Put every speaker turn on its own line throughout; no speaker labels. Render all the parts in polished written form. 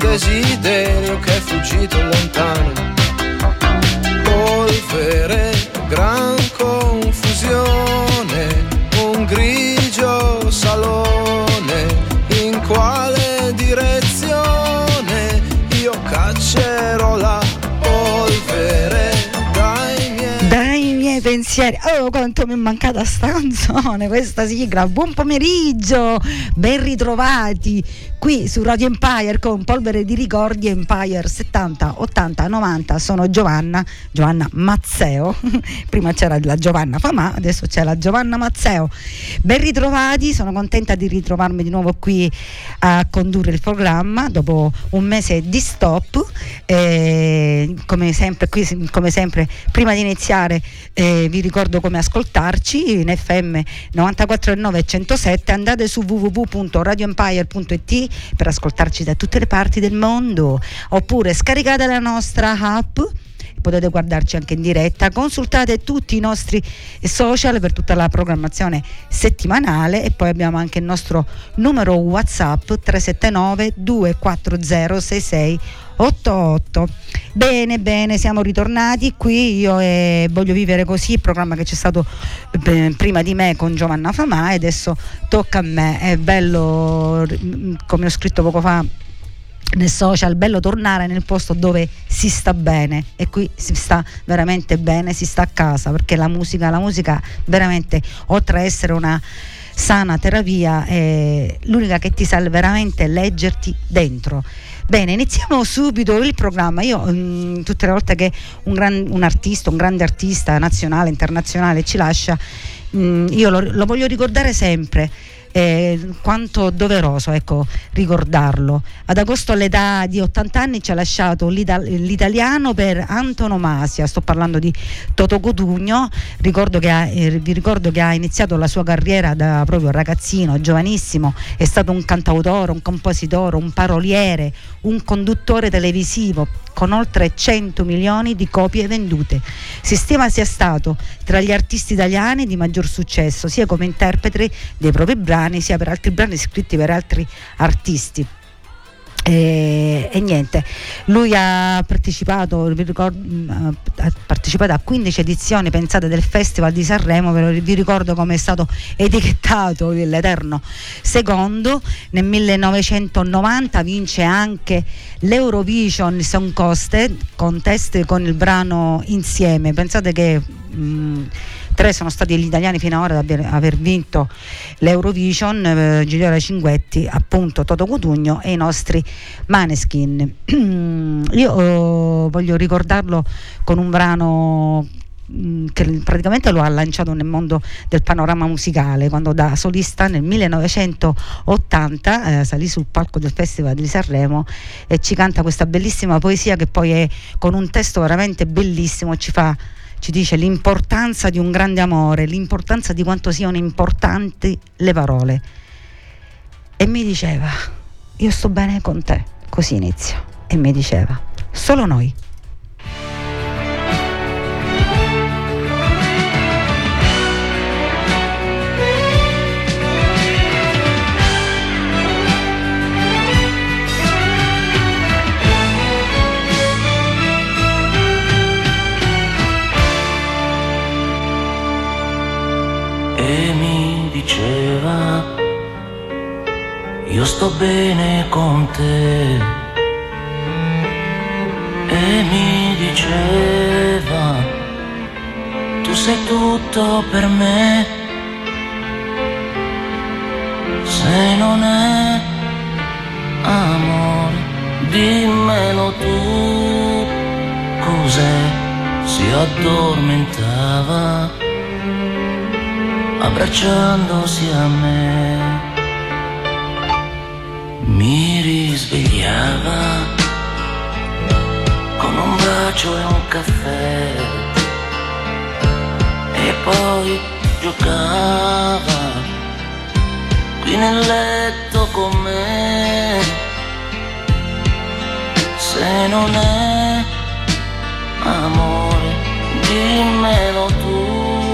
desiderio che è fuggito lontano. Polvere, gran confusione, un grigio salone, in quale direzione io caccerò la polvere dai miei
pensieri. Oh, quanto mi è mancata sta canzone, questa sigla. Buon pomeriggio, ben ritrovati qui su Radio Empire con Polvere di Ricordi. Empire 70, 80, 90. Sono Giovanna Mazzeo. Prima c'era la Giovanna Famà, adesso c'è la Giovanna Mazzeo. Ben ritrovati, sono contenta di ritrovarmi di nuovo qui a condurre il programma dopo un mese di stop. Come sempre, prima di iniziare vi ricordo come ascoltarci in FM 94.9 e 107. Andate su www.radioempire.it per ascoltarci da tutte le parti del mondo, oppure scaricate la nostra app, potete guardarci anche in diretta, consultate tutti i nostri social per tutta la programmazione settimanale, e poi abbiamo anche il nostro numero WhatsApp 379 240 6688. Bene, siamo ritornati qui. Io Voglio vivere così, il programma che c'è stato prima di me con Giovanna Famà, e adesso tocca a me. È bello, come ho scritto poco fa nel social, bello tornare nel posto dove si sta bene, e qui si sta veramente bene, si sta a casa, perché la musica veramente, oltre a essere una sana terapia, è l'unica che ti sa veramente leggerti dentro. Bene, iniziamo subito il programma. Io tutte le volte che un grande artista nazionale, internazionale ci lascia, io lo voglio ricordare sempre. Quanto doveroso, ecco, ricordarlo. Ad agosto, all'età di 80 anni, ci ha lasciato l'italiano per antonomasia. Sto parlando di Toto Cutugno. Vi ricordo che ha iniziato la sua carriera da proprio ragazzino, giovanissimo. È stato un cantautore, un compositore, un paroliere, un conduttore televisivo con oltre 100 milioni di copie vendute. Si stima sia stato tra gli artisti italiani di maggior successo, sia come interprete dei propri brani, sia per altri brani scritti per altri artisti. E niente, lui ha partecipato a 15 edizioni, pensate, del Festival di Sanremo. Vi ricordo come è stato etichettato l'eterno secondo. Nel 1990 vince anche l'Eurovision Song Contest con il brano Insieme. Pensate che 3 sono stati gli italiani fino ad ora ad aver vinto l'Eurovision, Giuliana Cinguetti, appunto Toto Cutugno e i nostri Maneskin. Io voglio ricordarlo con un brano che praticamente lo ha lanciato nel mondo del panorama musicale, quando da solista nel 1980 salì sul palco del Festival di Sanremo e ci canta questa bellissima poesia, che poi è con un testo veramente bellissimo, ci dice l'importanza di un grande amore, l'importanza di quanto siano importanti le parole. E mi diceva: io sto bene con te. Così inizia. E mi diceva: solo noi.
E mi diceva: io sto bene con te. E mi diceva: tu sei tutto per me. Se non è amore, dimmelo tu. Cos'è? Si addormentava abbracciandosi a me, mi risvegliava con un bacio e un caffè, e poi giocava qui nel letto con me. Se non è amore, dimmelo tu.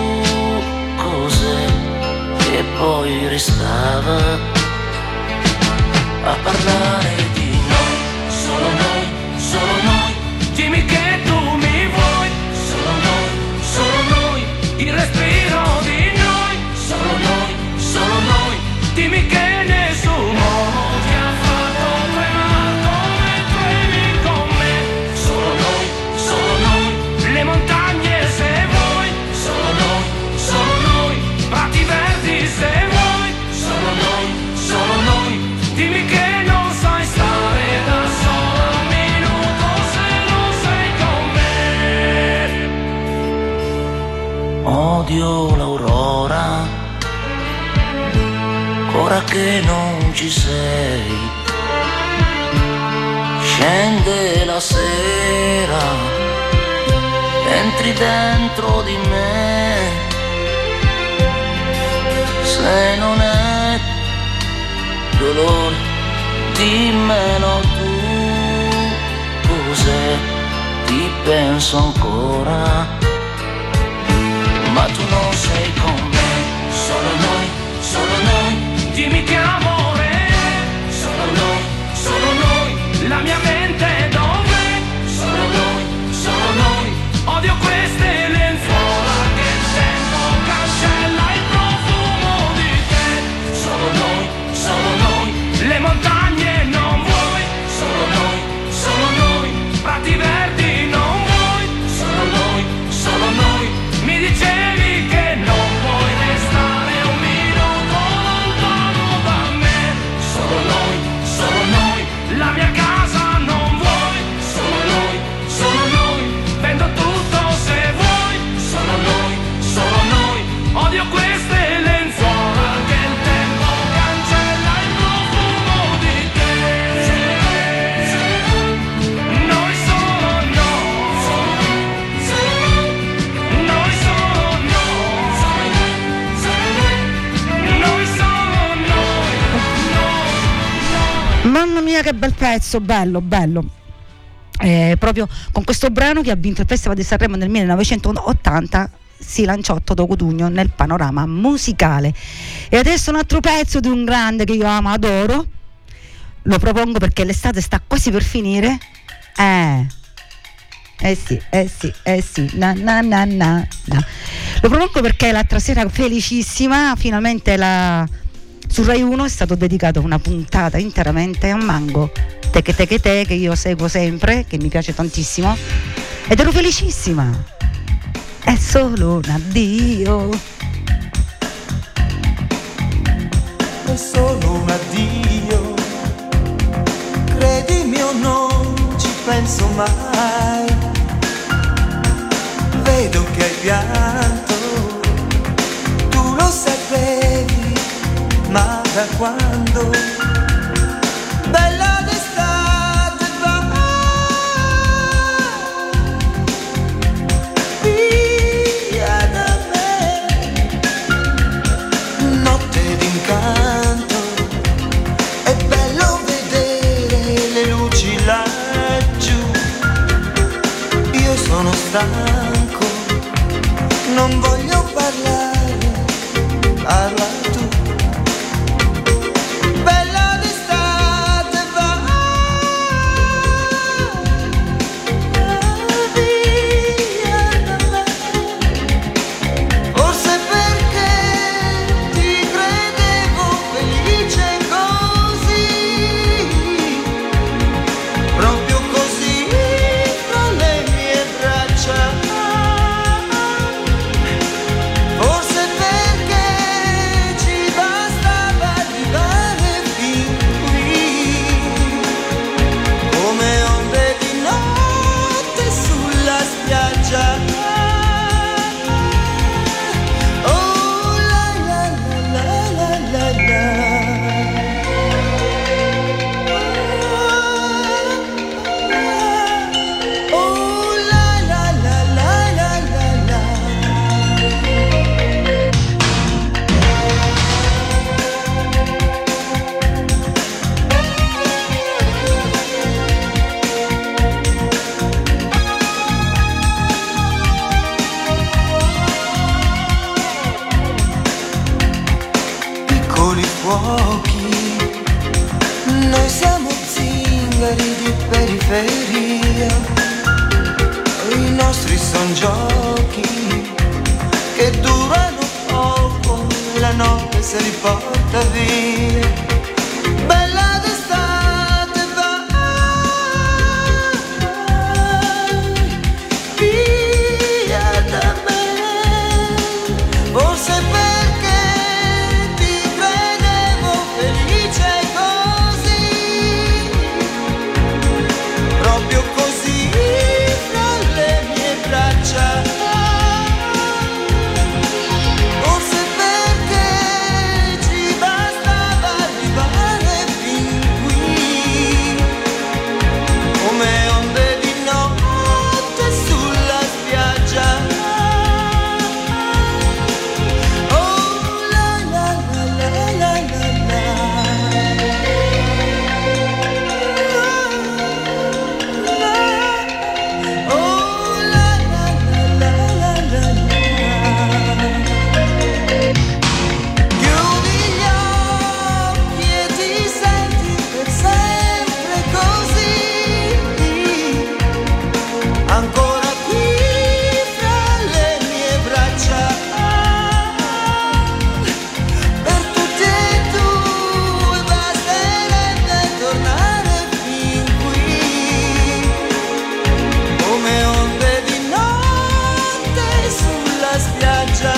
E poi restava a parlare di noi, solo noi, dimmi che tu mi vuoi, solo noi, il respiro di noi, solo noi, dimmi che nessuno ti ha fatto tremare come tremi con me, solo noi, le montagne se vuoi, solo noi, prati verdi se vuoi, solo noi, dimmi che non sai stare da solo un minuto se non sei con me. Odio l'aurora, ora che non ci sei, scende la sera, entri dentro di me, se non è dolore, dimmelo tu, cos'è, ti penso ancora, ma tu non sei con me, solo noi, dimmi che amore, solo noi, la mia mente dov'è, solo noi, odio queste lenzuola che il tempo cancella il profumo di te, solo noi, le montagne non vuoi, solo noi, prati verdi non vuoi, solo noi, mi dicevi che non puoi restare un minuto lontano da me, solo noi, la mia casa non vuoi, solo noi, vendo tutto se vuoi, solo noi, odio queste lenzuola che il tempo cancella il profumo di te, noi solo noi solo noi.
Mamma mia che bel pezzo, bello. Proprio con questo brano che ha vinto il Festival di Sanremo nel 1980 si lanciò Toto Cutugno nel panorama musicale. E adesso un altro pezzo di un grande che io amo, adoro, lo propongo perché l'estate sta quasi per finire. Sì, na. Lo propongo perché l'altra sera, felicissima, finalmente su Rai 1 è stato dedicato una puntata interamente a Mango, Te che io seguo sempre, che mi piace tantissimo, ed ero felicissima. È solo un addio.
È solo un addio, credimi o non ci penso mai, vedo che hai pianto, tu lo sapevi, ma da quando? Bella d'estate va via da me, notte d'incanto, è bello vedere le luci laggiù, io sono stanco, non voglio parlare, parla tu. Bella d'estate va via da me, forse perché ti credevo felice così, proprio così tra le mie braccia, forse perché ci bastava arrivare fin qui, come onde di notte sulla spiaggia. Oh la la la la la la, oh la la la la la la. Piccoli fuochi, noi siamo zingari zingari di periferia, i nostri son giochi che durano poco e la notte se li porta via. Bella d'estate vai via da me, forse perché ti credevo felice così, proprio così fra le mie braccia. Forse perché ci bastava arrivare fin qui, come onde di notte sulla spiaggia. Oh la la la la la la la. Oh la la la la la la. Chiudi gli occhi e ti senti per sempre così, ancora qui fra le mie braccia. Per tutti e due basterebbe tornare fin qui, come onde di notte sulla spiaggia.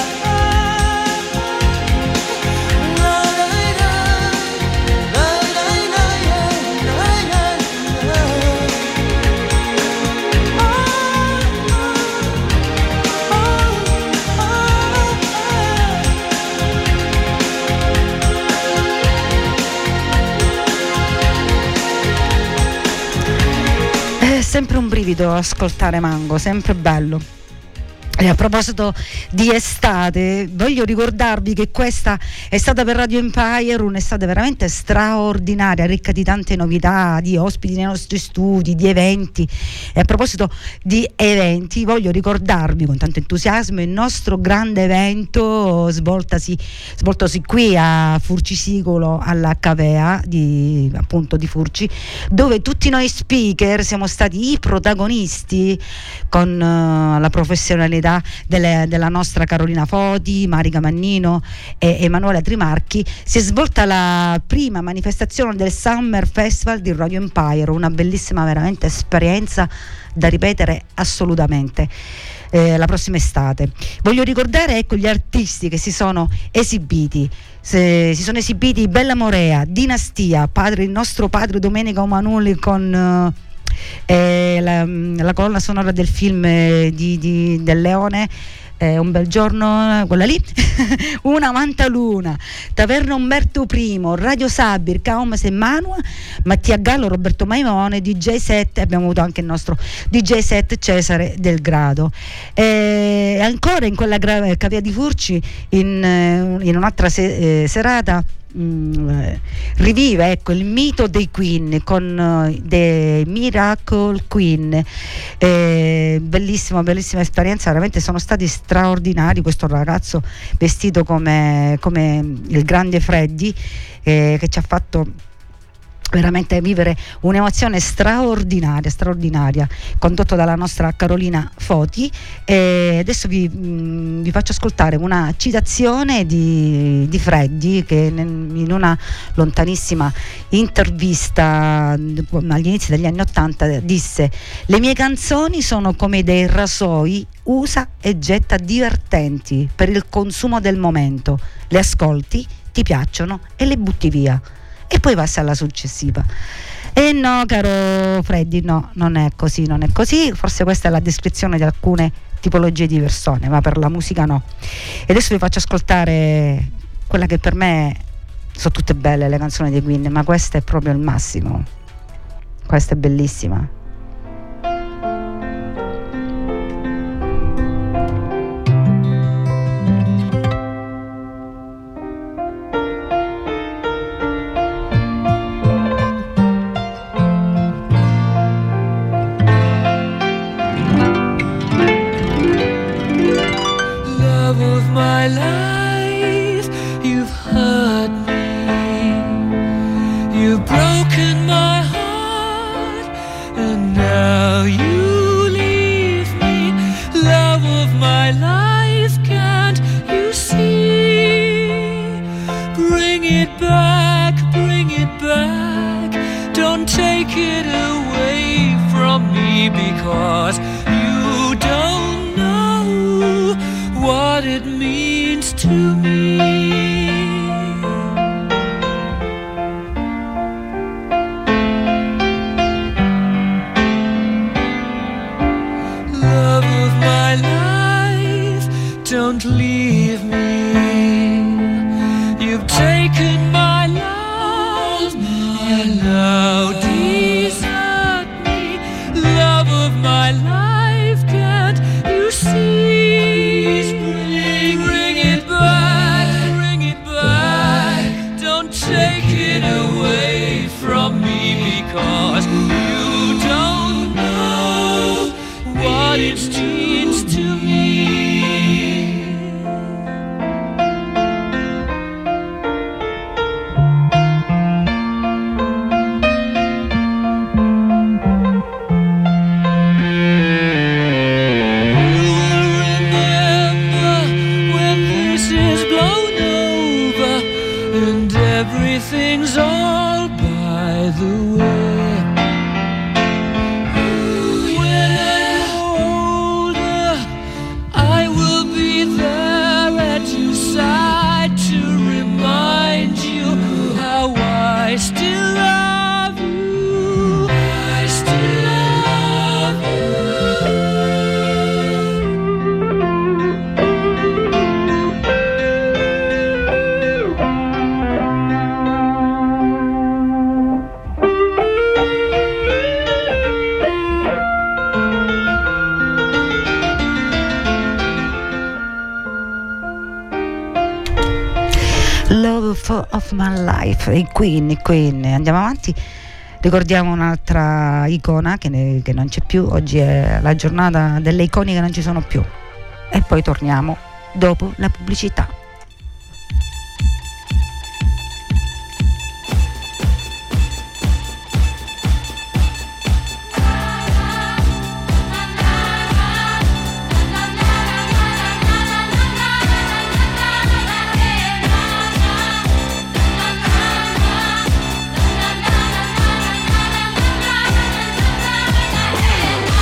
È sempre un brivido ascoltare Mango, sempre bello. E a proposito di estate, voglio ricordarvi che questa è stata per Radio Empire un'estate veramente straordinaria, ricca di tante novità, di ospiti nei nostri studi, di eventi. E a proposito di eventi, voglio ricordarvi con tanto entusiasmo il nostro grande evento svoltosi qui a Furcisicolo, alla Cavea di Furci, dove tutti noi speaker siamo stati i protagonisti con la professionalità della nostra Carolina Foti, Marica Mannino e Emanuela Trimarchi. Si è svolta la prima manifestazione del Summer Festival di Radio Empire, una bellissima veramente esperienza da ripetere assolutamente la prossima estate. Voglio ricordare gli artisti che si sono esibiti. Si sono esibiti Bella Morea, Dinastia, il nostro padre Domenico Manuli con la colonna sonora del film del Leone, Un bel giorno, quella lì, Una Mantaluna, Taverna Umberto I, Radio Sabir, Caumes e Manua, Mattia Gallo, Roberto Maimone, DJ set, abbiamo avuto anche il nostro DJ set Cesare Del Grado. Ancora in quella Cavea di Furci, in un'altra serata, rivive il mito dei Queen con The Miracle Queen. Bellissima esperienza, veramente sono stati straordinari. Questo ragazzo vestito come il grande Freddy, che ci ha fatto veramente vivere un'emozione straordinaria, condotto dalla nostra Carolina Foti. E adesso vi faccio ascoltare una citazione di Freddy, che in una lontanissima intervista agli inizi degli anni '80 disse: le mie canzoni sono come dei rasoi usa e getta divertenti per il consumo del momento, le ascolti, ti piacciono e le butti via. E poi passa alla successiva. E no, caro Freddy, no, non è così. Forse questa è la descrizione di alcune tipologie di persone, ma per la musica no. E adesso vi faccio ascoltare quella che per me sono tutte belle, le canzoni dei Queen, ma questa è proprio il massimo. Questa è bellissima.
You've broken my heart. Bring it back, bring it back. Don't take it away from me, because you don't know what it means to me. Love of my life, don't leave me. You've taken my love, you now desert me. Love of my life, can't you see? Bring it back, bring it back. Don't take it away from me, because you don't know what it means to me. Remember when this is blown over and everything's all by the way. When I'm older, I will be there at your side to remind you how I still love you. I still love you.
Love of My Life, i Queen. Andiamo avanti, ricordiamo un'altra icona che non c'è più. Oggi è la giornata delle icone che non ci sono più, e poi torniamo dopo la pubblicità.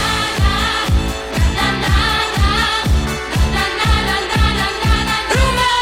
Rumor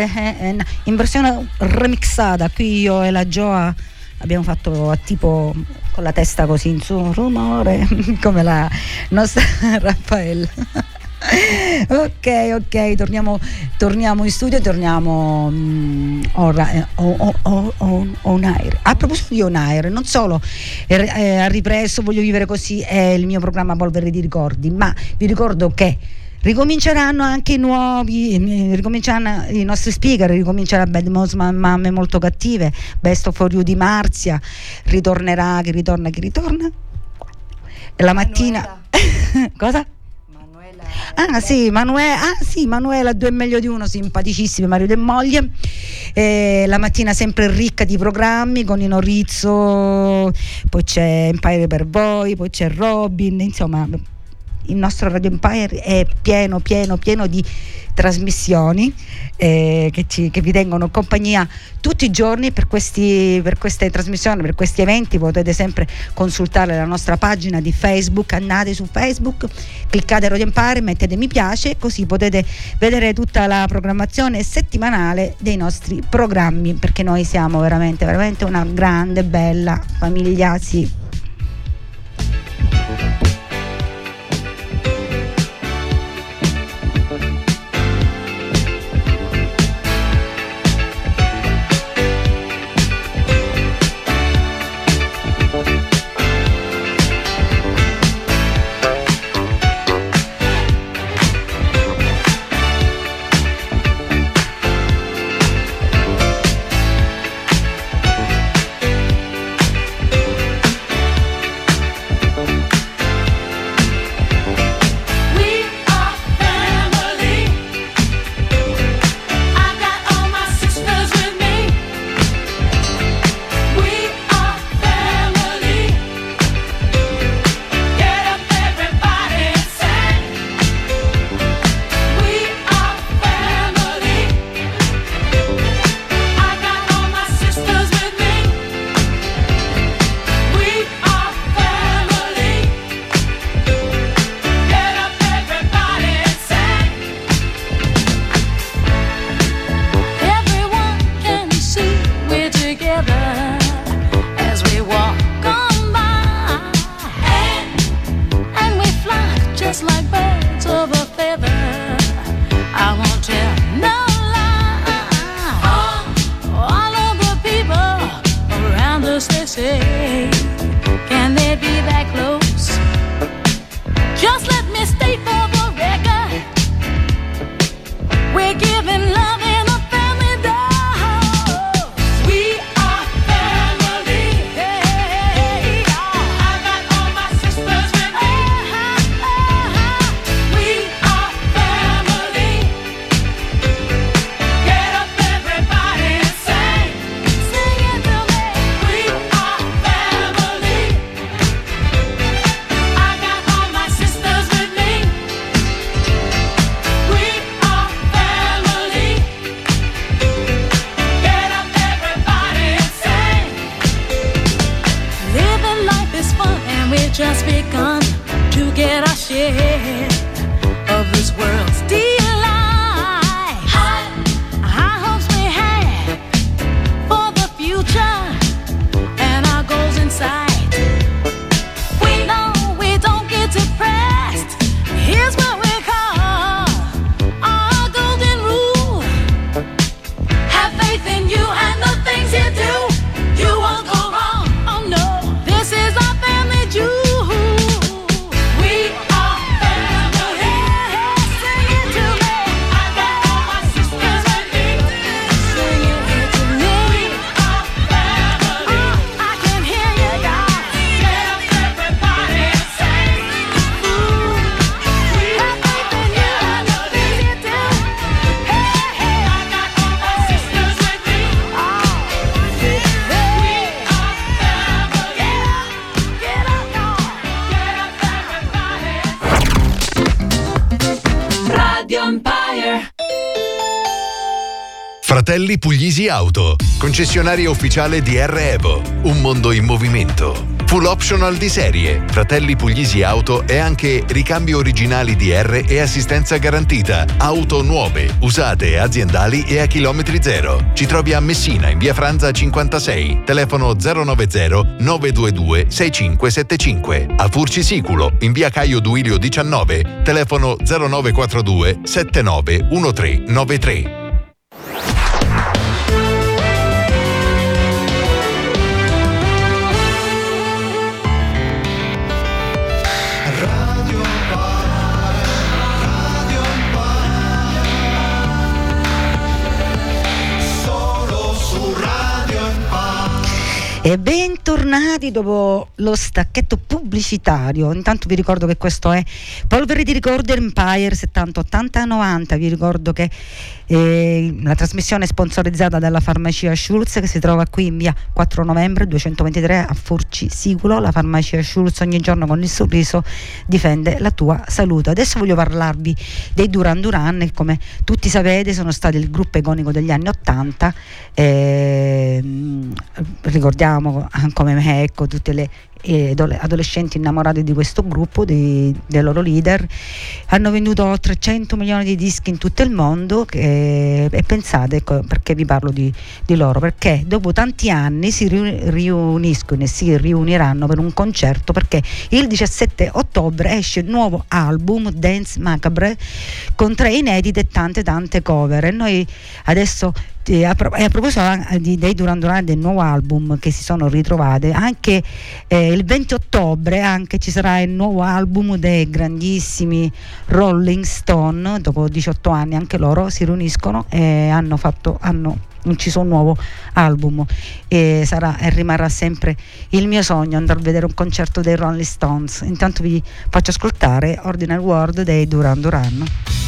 in versione remixata. Qui io e la Joa abbiamo fatto tipo con la testa così in su, rumore come la nostra Raffaella. Ok, torniamo in studio, torniamo ora on air. A proposito di on air, non solo ha ripreso Voglio vivere così, è il mio programma Polvere di ricordi, ma vi ricordo che ricominceranno anche ricominceranno i nostri speaker, ricomincerà Bad Moms Mamme molto cattive, Best of For You di Marzia, ritornerà chi ritorna e la mattina cosa? Manuela, due meglio di uno, simpaticissimi, marito e moglie. La mattina sempre ricca di programmi con Nino Rizzo, poi c'è Empire per voi, poi c'è Robin, insomma il nostro Radio Empire è pieno di trasmissioni che vi tengono compagnia tutti i giorni. Per queste trasmissioni, per questi eventi potete sempre consultare la nostra pagina di Facebook. Andate su Facebook, cliccate Radio Empire, mettete mi piace, così potete vedere tutta la programmazione settimanale dei nostri programmi, perché noi siamo veramente una grande bella famiglia, sì.
Fratelli Puglisi Auto, concessionaria ufficiale di R Evo, un mondo in movimento. Full optional di serie, Fratelli Puglisi Auto e anche ricambi originali DR e assistenza garantita. Auto nuove, usate, aziendali e a chilometri zero. Ci trovi a Messina in via Franza 56, telefono 090 922 6575. A Furcisiculo in via Caio Duilio 19, telefono 0942 791393.
E bentornati dopo lo stacchetto pubblicitario. Intanto vi ricordo che questo è Polvere di Ricordi Empire 70 80 90. Vi ricordo che la trasmissione è sponsorizzata dalla farmacia Schulz, che si trova qui in via 4 novembre 223 a Furcisiculo. La farmacia Schulz ogni giorno con il sorriso difende la tua salute. Adesso voglio parlarvi dei Duran Duran, che come tutti sapete sono stati il gruppo iconico degli anni 80. Ricordiamo come me, ecco, tutte le adolescenti innamorati di questo gruppo, dei loro leader. Hanno venduto oltre 100 milioni di dischi in tutto il mondo e pensate, ecco, perché vi parlo di loro, perché dopo tanti anni si riuniscono e si riuniranno per un concerto, perché il 17 ottobre esce il nuovo album Dance Macabre con 3 inediti e tante cover. E noi adesso a proposito dei Duran Duran, del nuovo album che si sono ritrovate, anche il 20 ottobre anche ci sarà il nuovo album dei grandissimi Rolling Stone. Dopo 18 anni anche loro si riuniscono e hanno inciso un nuovo album, e rimarrà sempre il mio sogno andare a vedere un concerto dei Rolling Stones. Intanto vi faccio ascoltare Ordinary World dei Duran Duran.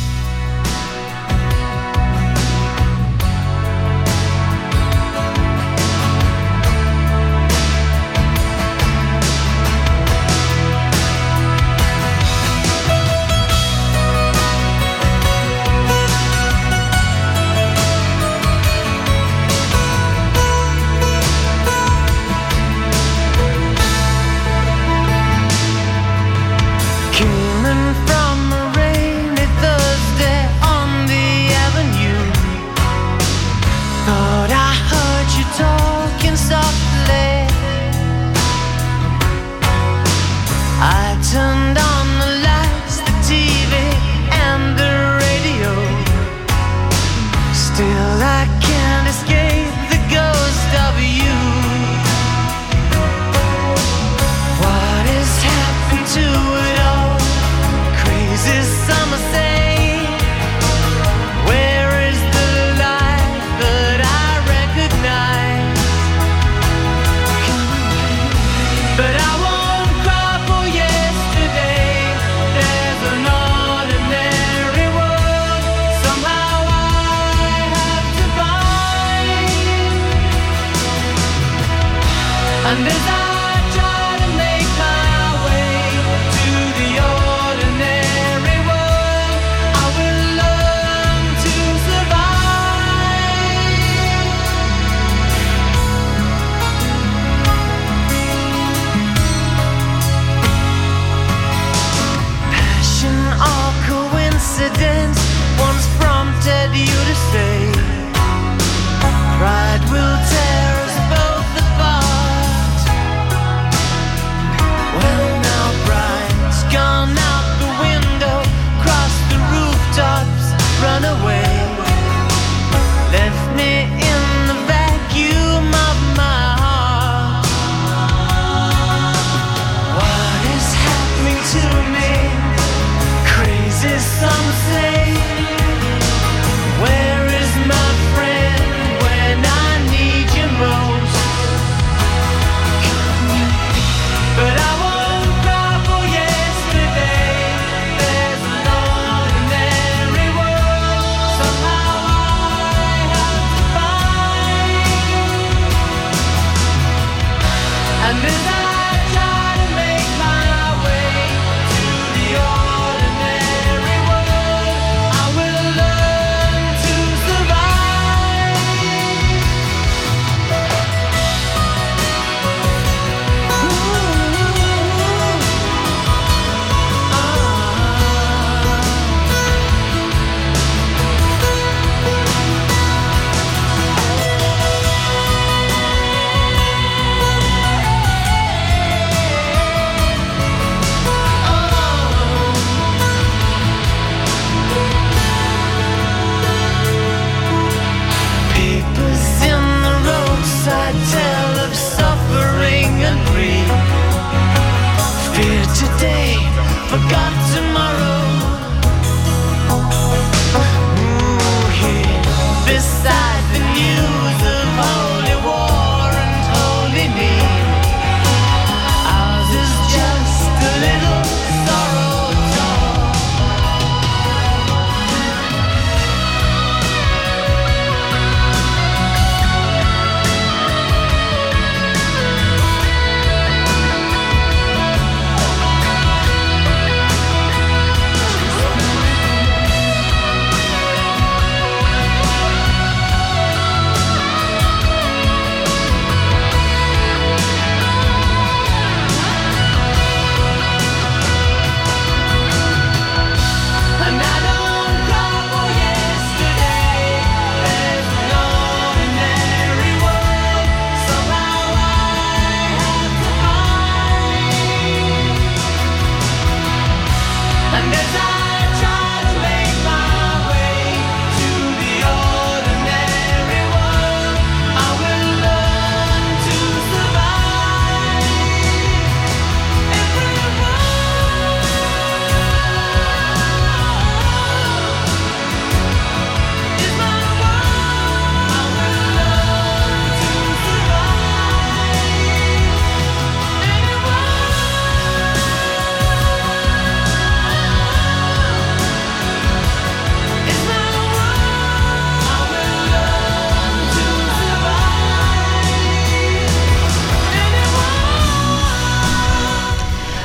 Turned on the lights, the TV and the radio. Still I can't escape the ghost of you. What has happened to it all? Crazy summer say, where is the life that I recognize? But I won't cry for yesterday. There's an ordinary world somehow I have to find. And as I try to make my way to the ordinary world, I will learn to survive. Passion or coincidence once prompted you to say, pride will tear us both apart.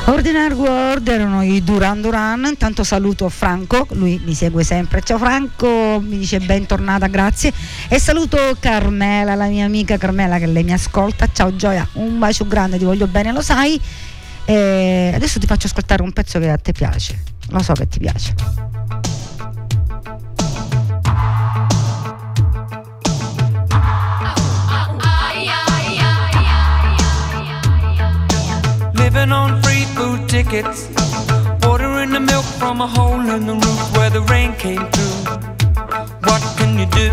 Ordinary World erano i Duran Duran. Intanto saluto Franco, lui mi segue sempre. Ciao Franco, mi dice bentornata, grazie. E saluto Carmela, la mia amica Carmela, che lei mi ascolta. Ciao Gioia, un bacio grande, ti voglio bene, lo sai. E adesso ti faccio ascoltare un pezzo che a te piace, lo so che ti piace.
Living on free food tickets, ordering the milk from a hole in the roof where the rain came through. What can you do?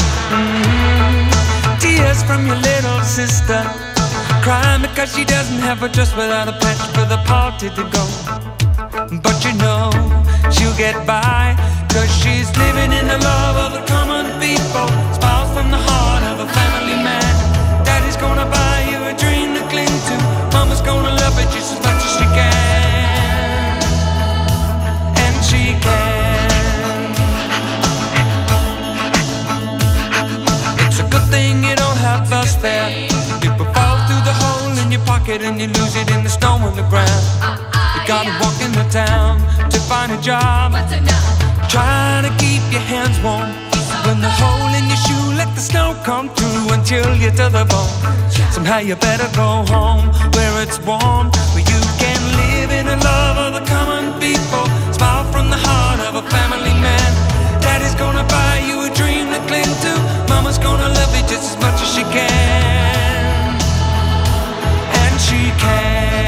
Tears from your little sister, crying because she doesn't have a dress without a patch for the party to go. But you know she'll get by, cause she's living in the love of the common people. Smiles from the heart of a family man. Daddy's gonna buy you a dream to cling to. Mama's gonna love it just as much as she can. And she can. It's a good thing you don't have us there. People fall through the hole in your pocket and you lose it in the snow on the ground. You gotta walk in the town to find a job, trying to keep your hands warm. When the hole in your shoe, let the snow come through and chill you to the bone. Somehow you better go home where it's warm, where you can live in the love of the common people. Smile from the heart of a family man. Daddy's gonna buy you a dream to cling to. Mama's gonna love you just as much as she can. And she can.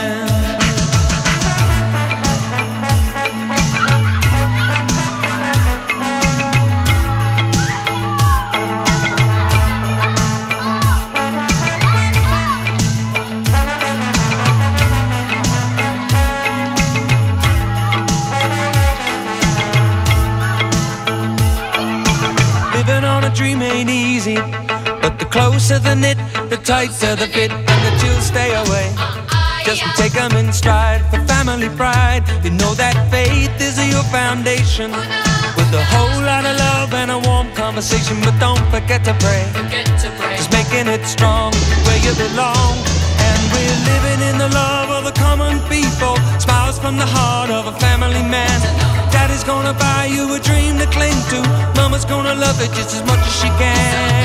Dream ain't easy, but the closer the knit, the tighter the fit, and the chills stay away. Just take them in stride for family pride. You know that faith is your foundation, with a whole lot of love and a warm conversation. But don't forget to pray, just making it strong where you belong. And we're living in the love of the common people. Smiles from the heart of a family man. Daddy's gonna buy you a dream to cling to. Mama's gonna love it just as much as she can.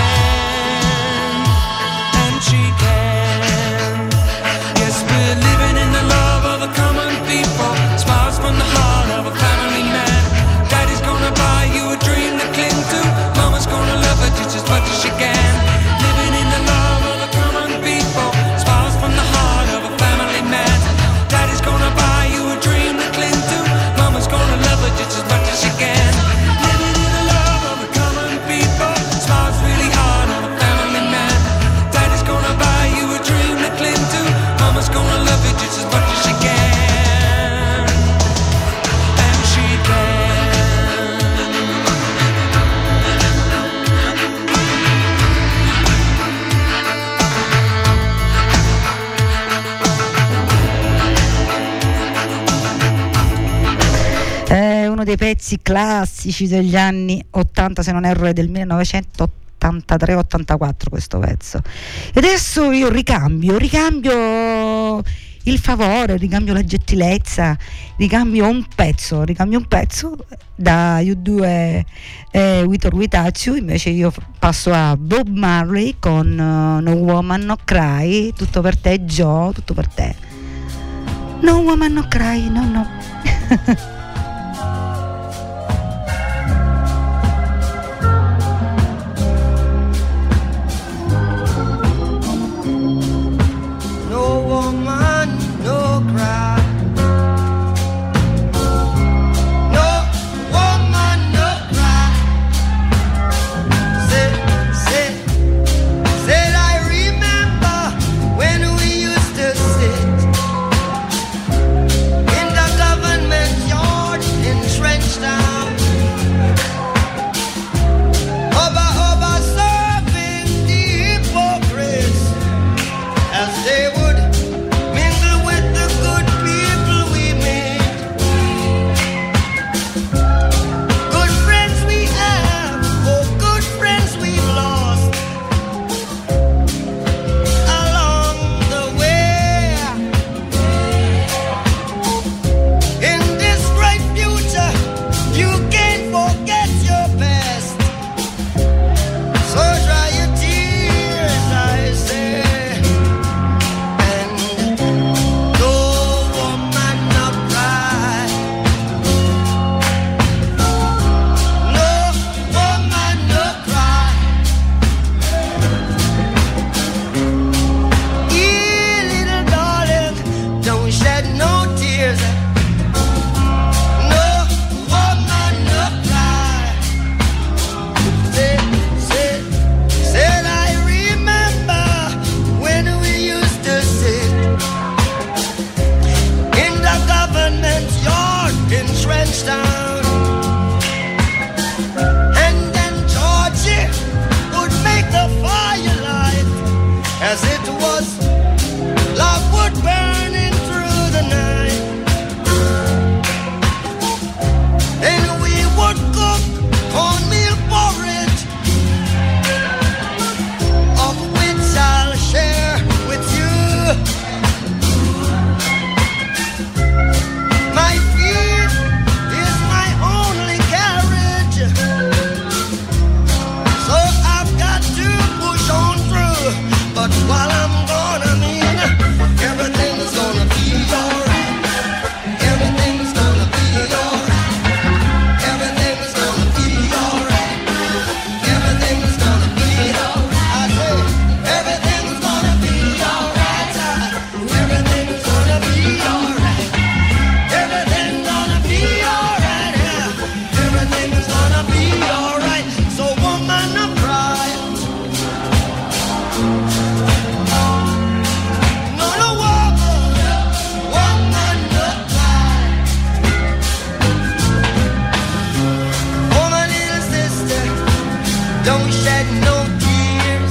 And she can. Yes, we're living in the love of the common people. Smiles from the heart of a family man. Daddy's gonna buy you a dream to cling to. Mama's gonna love it just as much as she can. Living in the love of the common people. Smiles from the heart of a family man. Daddy's gonna buy you a dream to cling to. Mama's gonna love it just as much as she can. Living in the love of the common people. Smiles really hard on a family man. Daddy's gonna buy you a dream to cling to. Mama's gonna love it just as much as she can. And she can.
Uno dei pezzi classici degli anni 80, se non erro è del 1983-84 questo pezzo. E adesso io ricambio il favore, ricambio la gentilezza, ricambio un pezzo da U2 With or Without You. Invece io passo a Bob Marley con No Woman No Cry. Tutto per te Joe, tutto per te. No Woman No Cry, no
No woman, no cry. No woman, no cry. Said I remember when we used to sit in the government yard.
touchdown. And then Georgie would make the firelight as it was love would burning through the night. And we would cook cornmeal porridge, of which I'll share with you. My feet is my only carriage, so I've got to push on through. But while I'm gone, I mean, everything's gonna be alright. Everything's gonna be alright. Everything's gonna be alright. Everything's gonna be alright. I say, everything's gonna be alright. Everything's gonna be alright. Everything's gonna be alright. Yeah. Everything's gonna be alright. So woman, don't cry. No, no, woman, don't cry. Oh, my little sister, don't shed no tears.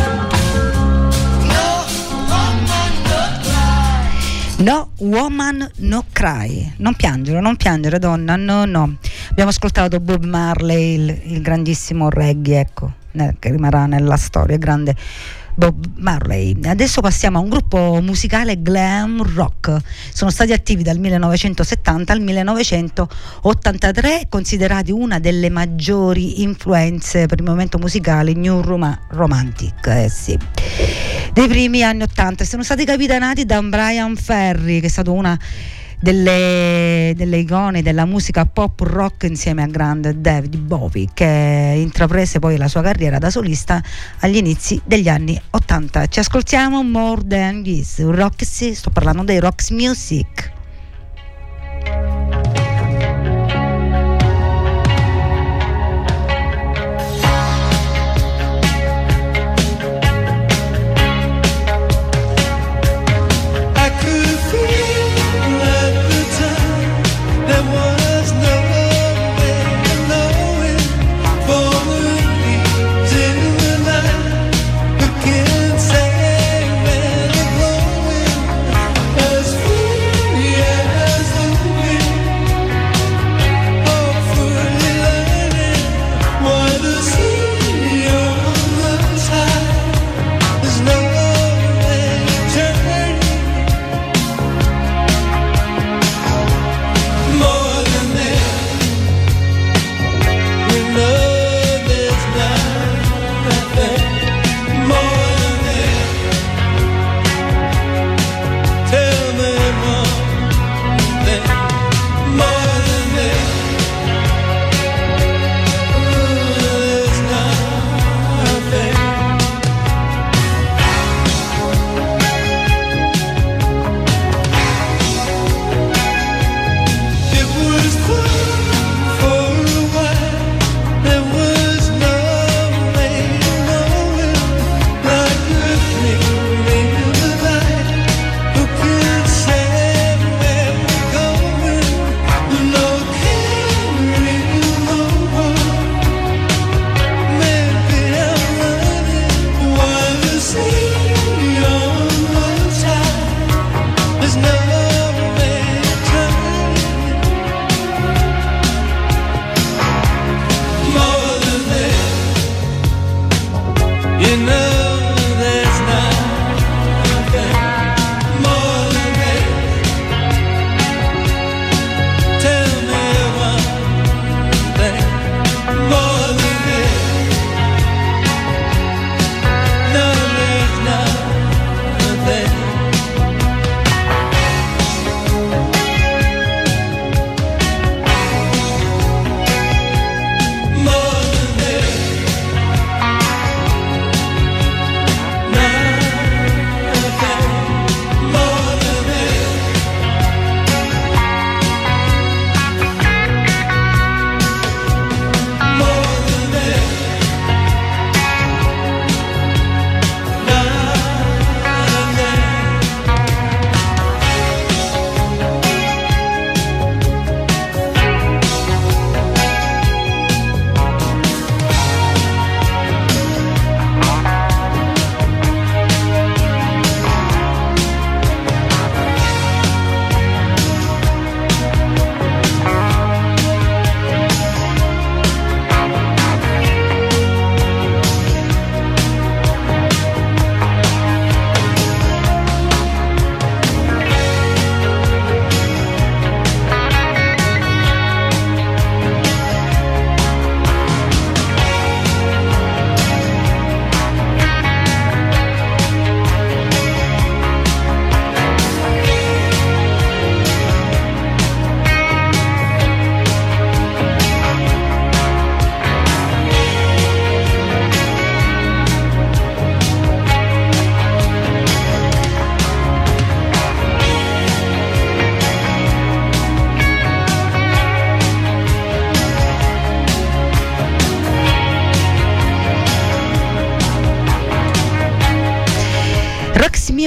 No, woman, don't cry.
No woman no cry, non piangere donna, no. Abbiamo ascoltato Bob Marley, il grandissimo reggae, ecco, che rimarrà nella storia, grande Bob Marley. Adesso passiamo a un gruppo musicale glam rock. Sono stati attivi dal 1970 al 1983, considerati una delle maggiori influenze per il movimento musicale New Romantic, sì, dei primi anni 80. Sono stati capitanati da Brian Ferry, che è stato una delle icone della musica pop rock, insieme al grande David Bowie, che intraprese poi la sua carriera da solista agli inizi degli anni 80. Ci ascoltiamo More Than This, Roxy, sto parlando dei Roxy Music.
I could feel at the time there was no way of knowing for the reason I can't say where they're going. As free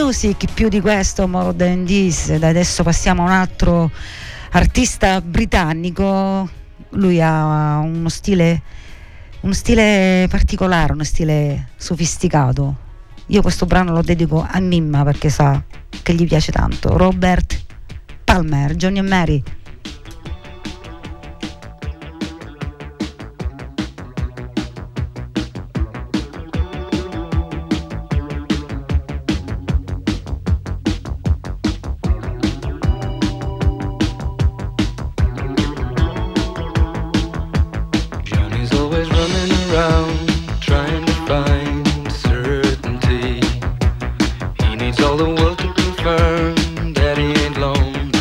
music, più di questo, more than this. Da adesso passiamo a un altro artista britannico. Lui ha uno stile particolare, uno stile sofisticato. Io questo brano lo dedico a Mimma perché sa che gli piace tanto. Robert Palmer, Johnny and Mary.
Johnny's always running around trying to find certainty. He needs all the world to confirm that he ain't lonely.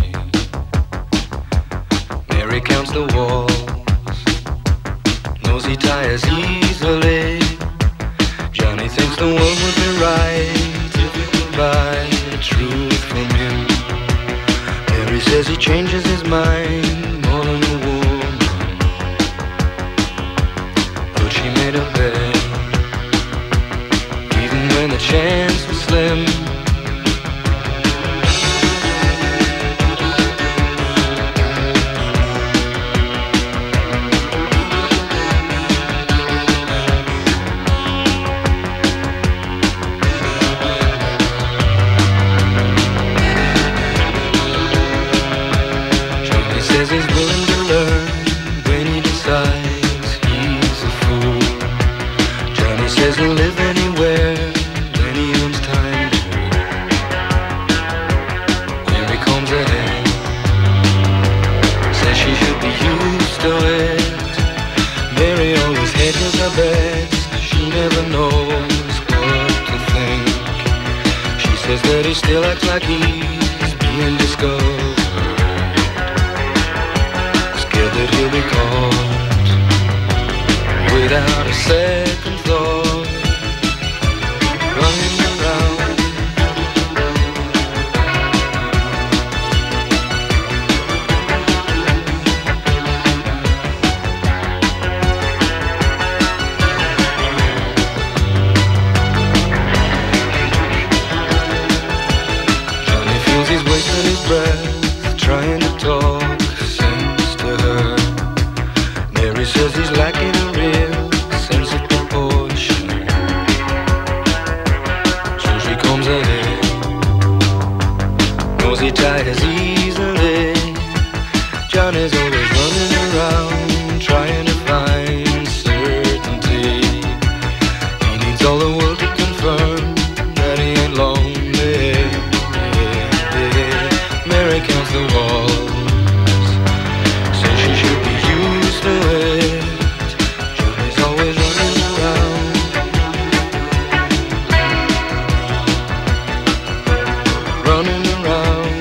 Mary counts the walls, knows he tires easily. Johnny thinks the world would be right if he could buy the truth from him. Mary says he changes his mind more than a woman, but she made a bet, even when the chance was slim. Johnny says he's willing to learn when he decides he's a fool. Johnny says he'll live anywhere when he owns time. Mary combs ahead, says she should be used to it. Mary always hedges her bets, she never knows what to think. She says that he still acts like he's being discovered, scared that he'll be caught without a second thought, running around. Johnny feels he's wasting his breath trying to talk sense to her. Mary says he's lacking a real sense of proportion, so she comes ahead, knows he tires easily. Johnny's always running around trying to find certainty. He needs all the world to confirm that he ain't lonely. Mary counts the walls, says she should be used to it. Johnny's always running around, running around.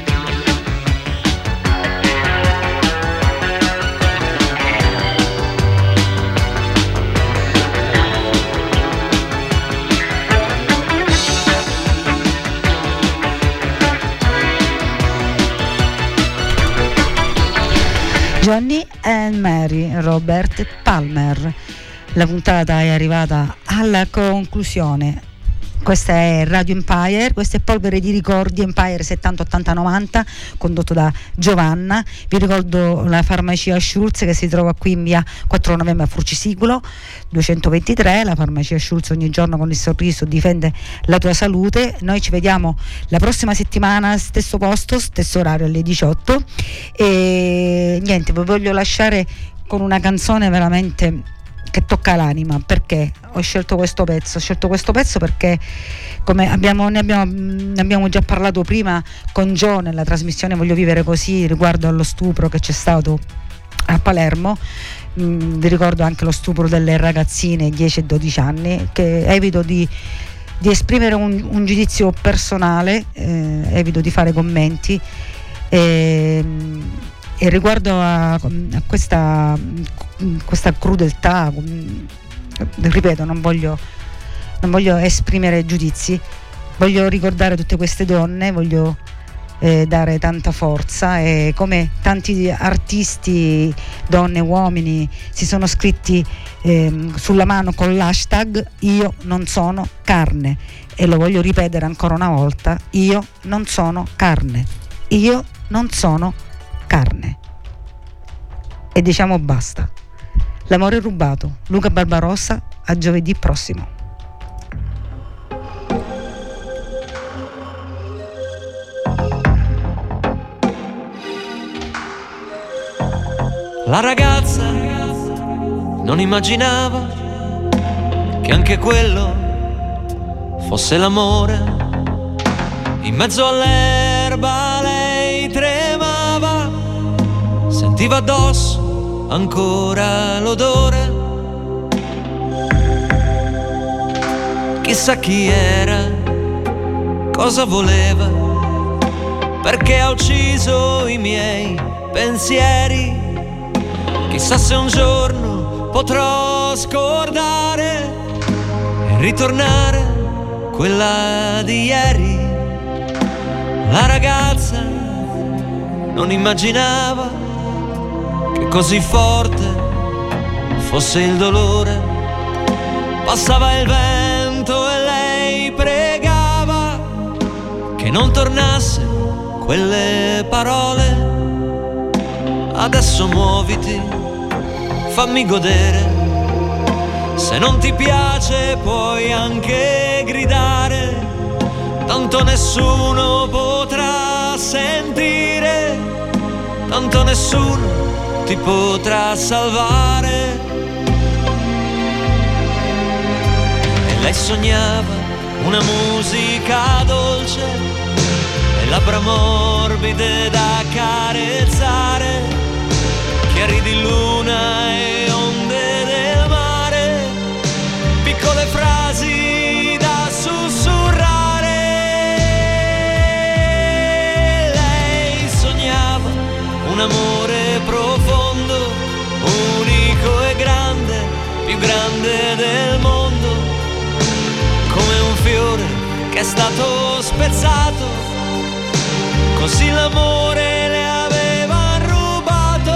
Johnny and Mary, Robert Palmer. La puntata è arrivata alla conclusione. Questa è Radio Empire, questa è Polvere di Ricordi, Empire 70 80 90, condotto da Giovanna. Vi ricordo la farmacia Schulz che si trova qui in via 4 novembre a Furcisicolo 223. La farmacia Schulz ogni giorno con il sorriso difende la tua salute. Noi ci vediamo la prossima settimana, stesso posto, stesso orario alle 18. E niente, vi voglio lasciare con una canzone veramente che tocca l'anima. Perché ho scelto questo pezzo? Ho scelto questo pezzo perché, come ne abbiamo già parlato prima con Gio nella trasmissione Voglio vivere così, riguardo allo stupro che c'è stato a Palermo. Vi ricordo anche lo stupro delle ragazzine 10 e 12 anni, che evito di esprimere un giudizio personale, evito di fare commenti, e riguardo a questa crudeltà, ripeto, non voglio esprimere giudizi, voglio ricordare tutte queste donne, voglio dare tanta forza, e come tanti artisti, donne e uomini, si sono scritti sulla mano con l'hashtag Io non sono carne, e lo voglio ripetere ancora una volta, io non sono carne, io non sono carne. E diciamo basta. L'amore rubato, Luca Barbarossa, a giovedì prossimo.
La ragazza non immaginava che anche quello fosse l'amore. In mezzo all'erba lei tremava, sentiva addosso ancora l'odore. Chissà chi era, cosa voleva, perché ha ucciso i miei pensieri. Chissà se un giorno potrò scordare e ritornare quella di ieri. La ragazza non immaginava che così forte fosse il dolore. Passava il vento e lei pregava che non tornasse quelle parole. Adesso muoviti, fammi godere. Se non ti piace puoi anche gridare, tanto nessuno potrà sentire, tanto nessuno ti potrà salvare. E lei sognava una musica dolce e labbra morbide da carezzare, chiari di luna e onde del mare, piccole frasi da sussurrare. Lei sognava un amore profondo, unico e grande, più grande del mondo, come un fiore che è stato spezzato, così l'amore le aveva rubato.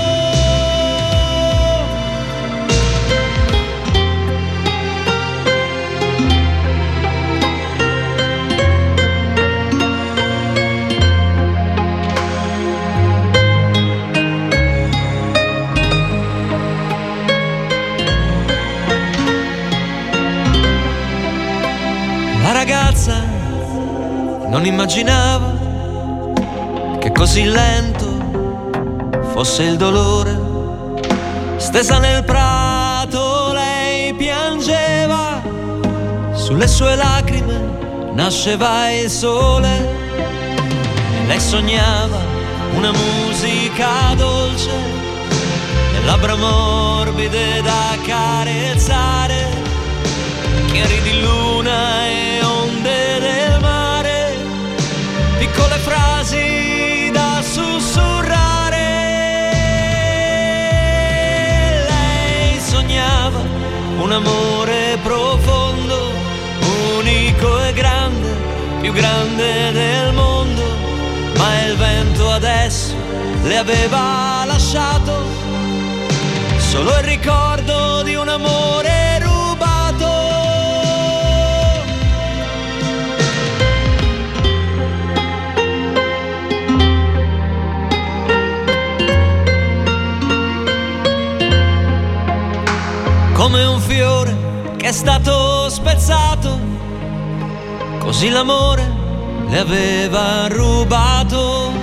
La ragazza non immaginava che così lento fosse il dolore. Stesa nel prato lei piangeva, sulle sue lacrime nasceva il sole. E lei sognava una musica dolce e labbra morbide da carezzare, chiari di luna e onde del mare, piccole frasi da sussurrare. Lei sognava un amore profondo, unico e grande, più grande del mondo, ma il vento adesso le aveva lasciato solo il ricordo di un amore rubato. Come un fiore che è stato spezzato, così l'amore le aveva rubato.